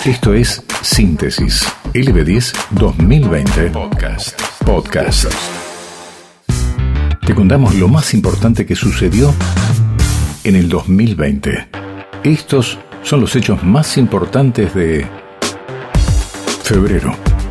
Esto es Síntesis LB10 2020 Podcast. Te contamos lo más importante que sucedió en el 2020. Estos son los hechos más importantes de febrero.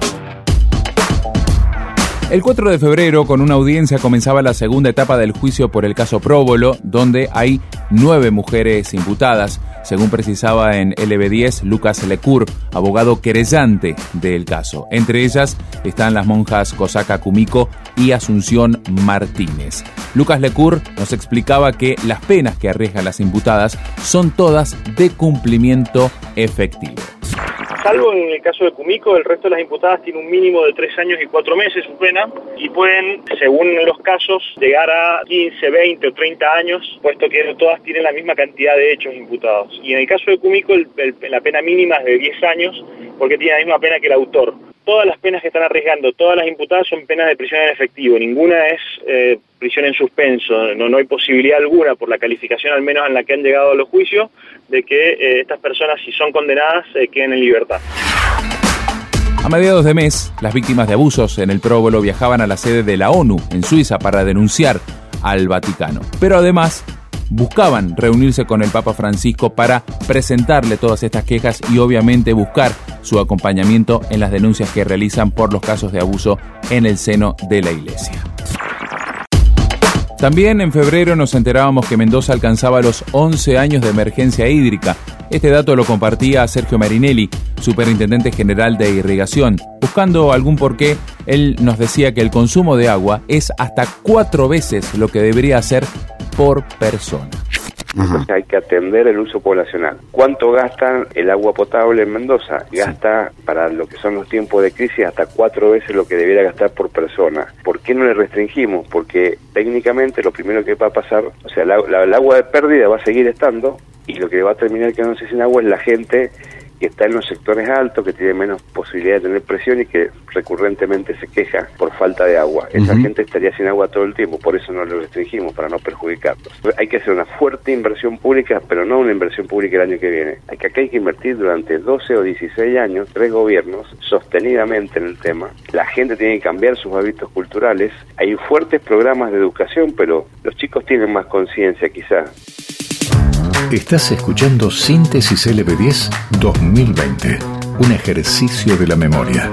El 4 de febrero, con una audiencia, comenzaba la segunda etapa del juicio por el caso Próbolo, donde hay 9 mujeres imputadas, según precisaba en LB10 Lucas Lecur, abogado querellante del caso. Entre ellas están las monjas Kosaka Kumiko y Asunción Martínez. Lucas Lecur nos explicaba que las penas que arriesgan las imputadas son todas de cumplimiento efectivo. Salvo en el caso de Kumiko, el resto de las imputadas tiene un mínimo de 3 años y 4 meses su pena y pueden, según los casos, llegar a 15, 20 o 30 años, puesto que todas tienen la misma cantidad de hechos imputados. Y en el caso de Kumiko, la pena mínima es de 10 años, porque tiene la misma pena que el autor. Todas las penas que están arriesgando, todas las imputadas son penas de prisión en efectivo, ninguna es prisión en suspenso, no hay posibilidad alguna, por la calificación al menos en la que han llegado a los juicios, de que estas personas, si son condenadas, queden en libertad. A mediados de mes, las víctimas de abusos en el Próbolo viajaban a la sede de la ONU en Suiza para denunciar al Vaticano, pero además buscaban reunirse con el Papa Francisco para presentarle todas estas quejas y obviamente buscar su acompañamiento en las denuncias que realizan por los casos de abuso en el seno de la Iglesia. También en febrero nos enterábamos que Mendoza alcanzaba los 11 años de emergencia hídrica. Este dato lo compartía Sergio Marinelli, superintendente general de irrigación. Buscando algún porqué, él nos decía que el consumo de agua es hasta 4 veces lo que debería ser por persona. Hay que atender el uso poblacional. ¿Cuánto gasta el agua potable en Mendoza? Gasta, para lo que son los tiempos de crisis, hasta 4 veces lo que debiera gastar por persona. ¿Por qué no le restringimos? Porque técnicamente lo primero que va a pasar, o sea, el agua de pérdida va a seguir estando, y lo que va a terminar quedándose sin agua es la gente que está en los sectores altos, que tiene menos posibilidad de tener presión y que recurrentemente se queja por falta de agua. Esa gente estaría sin agua todo el tiempo, por eso no lo restringimos, para no perjudicarlos. Hay que hacer una fuerte inversión pública, pero no una inversión pública el año que viene. Acá hay que invertir durante 12 o 16 años, 3 gobiernos, sostenidamente en el tema. La gente tiene que cambiar sus hábitos culturales. Hay fuertes programas de educación, pero los chicos tienen más conciencia quizás. Estás escuchando Síntesis LB10 2020, un ejercicio de la memoria.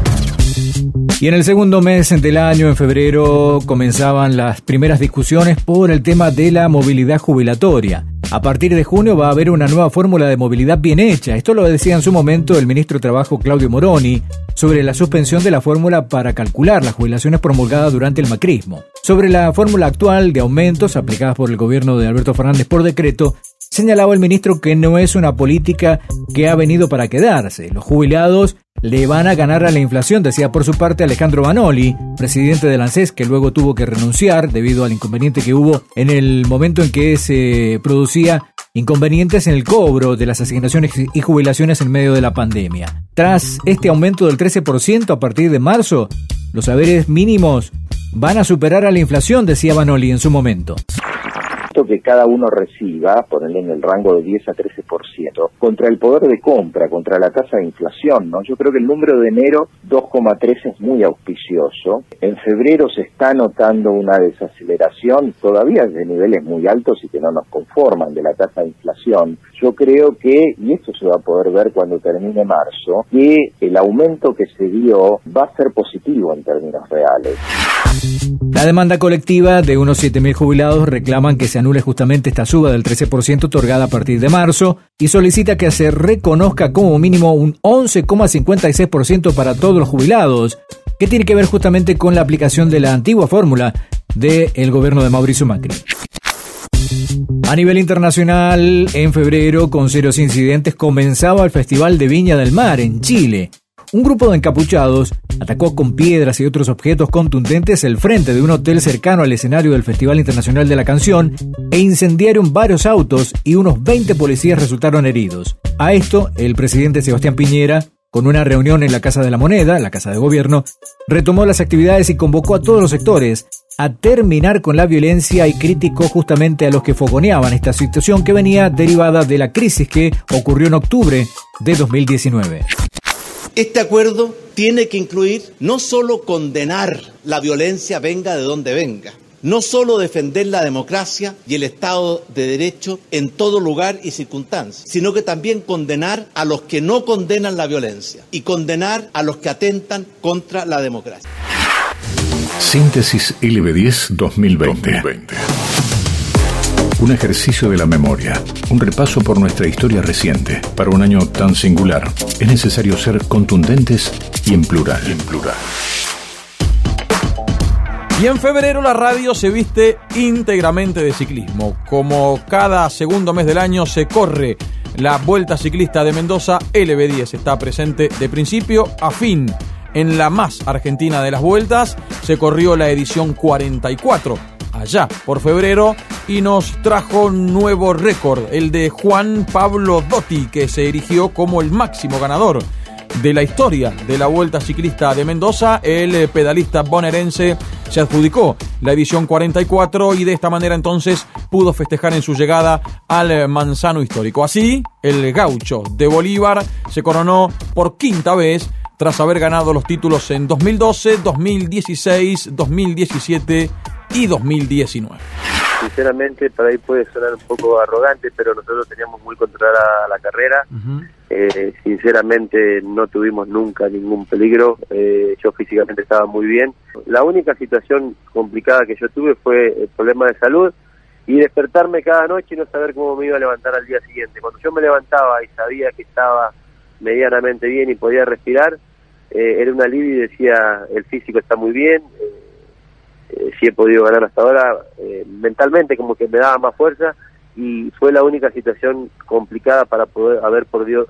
Y en el segundo mes del año, en febrero, comenzaban las primeras discusiones por el tema de la movilidad jubilatoria. A partir de junio va a haber una nueva fórmula de movilidad bien hecha. Esto lo decía en su momento el ministro de Trabajo Claudio Moroni sobre la suspensión de la fórmula para calcular las jubilaciones promulgadas durante el macrismo. Sobre la fórmula actual de aumentos aplicadas por el gobierno de Alberto Fernández por decreto, señalaba el ministro que no es una política que ha venido para quedarse. Los jubilados le van a ganar a la inflación, decía por su parte Alejandro Banoli, presidente del ANSES, que luego tuvo que renunciar debido al inconveniente que hubo en el momento en que se producía inconvenientes en el cobro de las asignaciones y jubilaciones en medio de la pandemia. Tras este aumento del 13% a partir de marzo, los haberes mínimos van a superar a la inflación, decía Banoli en su momento. Que cada uno reciba, ponerle en el rango de 10 a 13%, contra el poder de compra, contra la tasa de inflación, ¿no? Yo creo que el número de enero, 2,3, es muy auspicioso. En febrero se está notando una desaceleración, todavía de niveles muy altos y que no nos conforman, de la tasa de inflación. Yo creo que, y esto se va a poder ver cuando termine marzo, que el aumento que se dio va a ser positivo en términos reales. La demanda colectiva de unos 7.000 jubilados reclaman que se anule justamente esta suba del 13% otorgada a partir de marzo y solicita que se reconozca como mínimo un 11,56% para todos los jubilados, que tiene que ver justamente con la aplicación de la antigua fórmula del gobierno de Mauricio Macri. A nivel internacional, en febrero, con 0 incidentes, comenzaba el Festival de Viña del Mar en Chile. Un grupo de encapuchados atacó con piedras y otros objetos contundentes el frente de un hotel cercano al escenario del Festival Internacional de la Canción e incendiaron varios autos y unos 20 policías resultaron heridos. A esto, el presidente Sebastián Piñera, con una reunión en la Casa de la Moneda, la Casa de Gobierno, retomó las actividades y convocó a todos los sectores a terminar con la violencia y criticó justamente a los que fogoneaban esta situación que venía derivada de la crisis que ocurrió en octubre de 2019. Este acuerdo tiene que incluir no solo condenar la violencia venga de donde venga, no solo defender la democracia y el Estado de Derecho en todo lugar y circunstancia, sino que también condenar a los que no condenan la violencia y condenar a los que atentan contra la democracia. Síntesis LB10 2020. Un ejercicio de la memoria, un repaso por nuestra historia reciente. Para un año tan singular, es necesario ser contundentes y en plural. Y en febrero la radio se viste íntegramente de ciclismo. Como cada segundo mes del año se corre la Vuelta Ciclista de Mendoza, LB10 está presente de principio a fin. En la más argentina de las vueltas se corrió la edición 44, allá por febrero, y nos trajo un nuevo récord, el de Juan Pablo Dotti, que se erigió como el máximo ganador de la historia de la Vuelta Ciclista de Mendoza. El pedalista bonaerense se adjudicó la edición 44 y de esta manera entonces pudo festejar en su llegada al Manzano Histórico. Así, el gaucho de Bolívar se coronó por quinta vez tras haber ganado los títulos en 2012, 2016, 2017 y 2019. Sinceramente, para ahí puede sonar un poco arrogante, pero nosotros teníamos muy controlada la carrera. Sinceramente, no tuvimos nunca ningún peligro. Yo físicamente estaba muy bien. La única situación complicada que yo tuve fue el problema de salud y despertarme cada noche y no saber cómo me iba a levantar al día siguiente. Cuando yo me levantaba y sabía que estaba medianamente bien y podía respirar, era un alivio y decía, el físico está muy bien. Si he podido ganar hasta ahora, mentalmente como que me daba más fuerza, y fue la única situación complicada para poder haber podido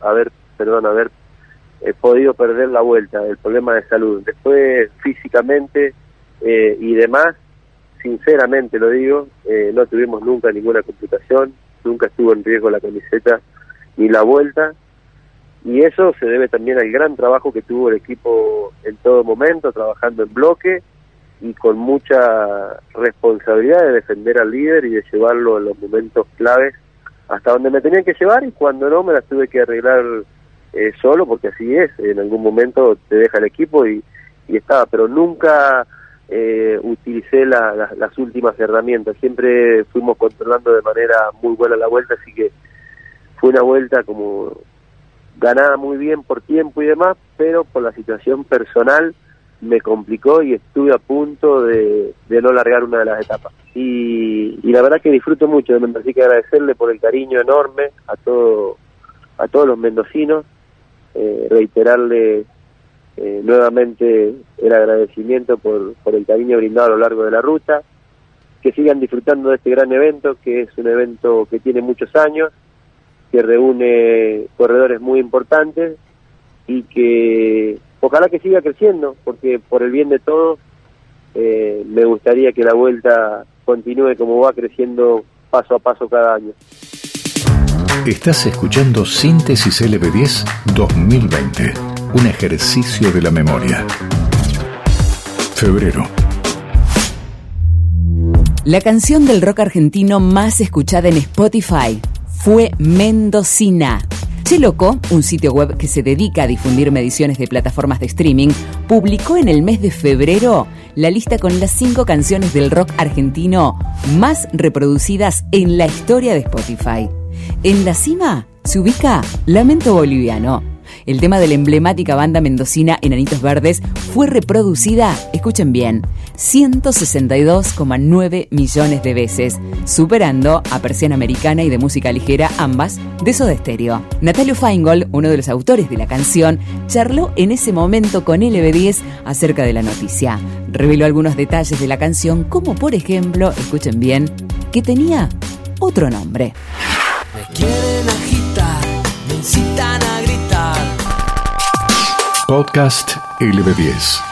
perder la vuelta, el problema de salud. Después, físicamente y demás, sinceramente lo digo, no tuvimos nunca ninguna complicación, nunca estuvo en riesgo la camiseta ni la vuelta, y eso se debe también al gran trabajo que tuvo el equipo en todo momento, trabajando en bloque y con mucha responsabilidad de defender al líder y de llevarlo en los momentos claves hasta donde me tenían que llevar, y cuando no me las tuve que arreglar solo, porque así es, en algún momento te deja el equipo y estaba, pero nunca utilicé las últimas herramientas, siempre fuimos controlando de manera muy buena la vuelta, así que fue una vuelta como ganada muy bien por tiempo y demás, pero por la situación personal me complicó y estuve a punto de no largar una de las etapas. Y la verdad que disfruto mucho de Mendoza, así que agradecerle por el cariño enorme a todos los mendocinos, reiterarle nuevamente el agradecimiento por el cariño brindado a lo largo de la ruta, que sigan disfrutando de este gran evento, que es un evento que tiene muchos años, que reúne corredores muy importantes y que ojalá que siga creciendo, porque por el bien de todos me gustaría que la vuelta continúe como va creciendo paso a paso cada año. Estás escuchando Síntesis LB10 2020, un ejercicio de la memoria. Febrero. La canción del rock argentino más escuchada en Spotify fue Mendocina. Che Loco, un sitio web que se dedica a difundir mediciones de plataformas de streaming, publicó en el mes de febrero la lista con las 5 canciones del rock argentino más reproducidas en la historia de Spotify. En la cima se ubica Lamento Boliviano. El tema de la emblemática banda mendocina Enanitos Verdes fue reproducida, escuchen bien, 162,9 millones de veces, superando a Persiana Americana y de música ligera, ambas de Soda Stereo. Natalio Feingold, uno de los autores de la canción, charló en ese momento con LB10 acerca de la noticia. Reveló algunos detalles de la canción, como por ejemplo, escuchen bien, que tenía otro nombre. Me quieren agitar, me incitan a gritar. Podcast LB10.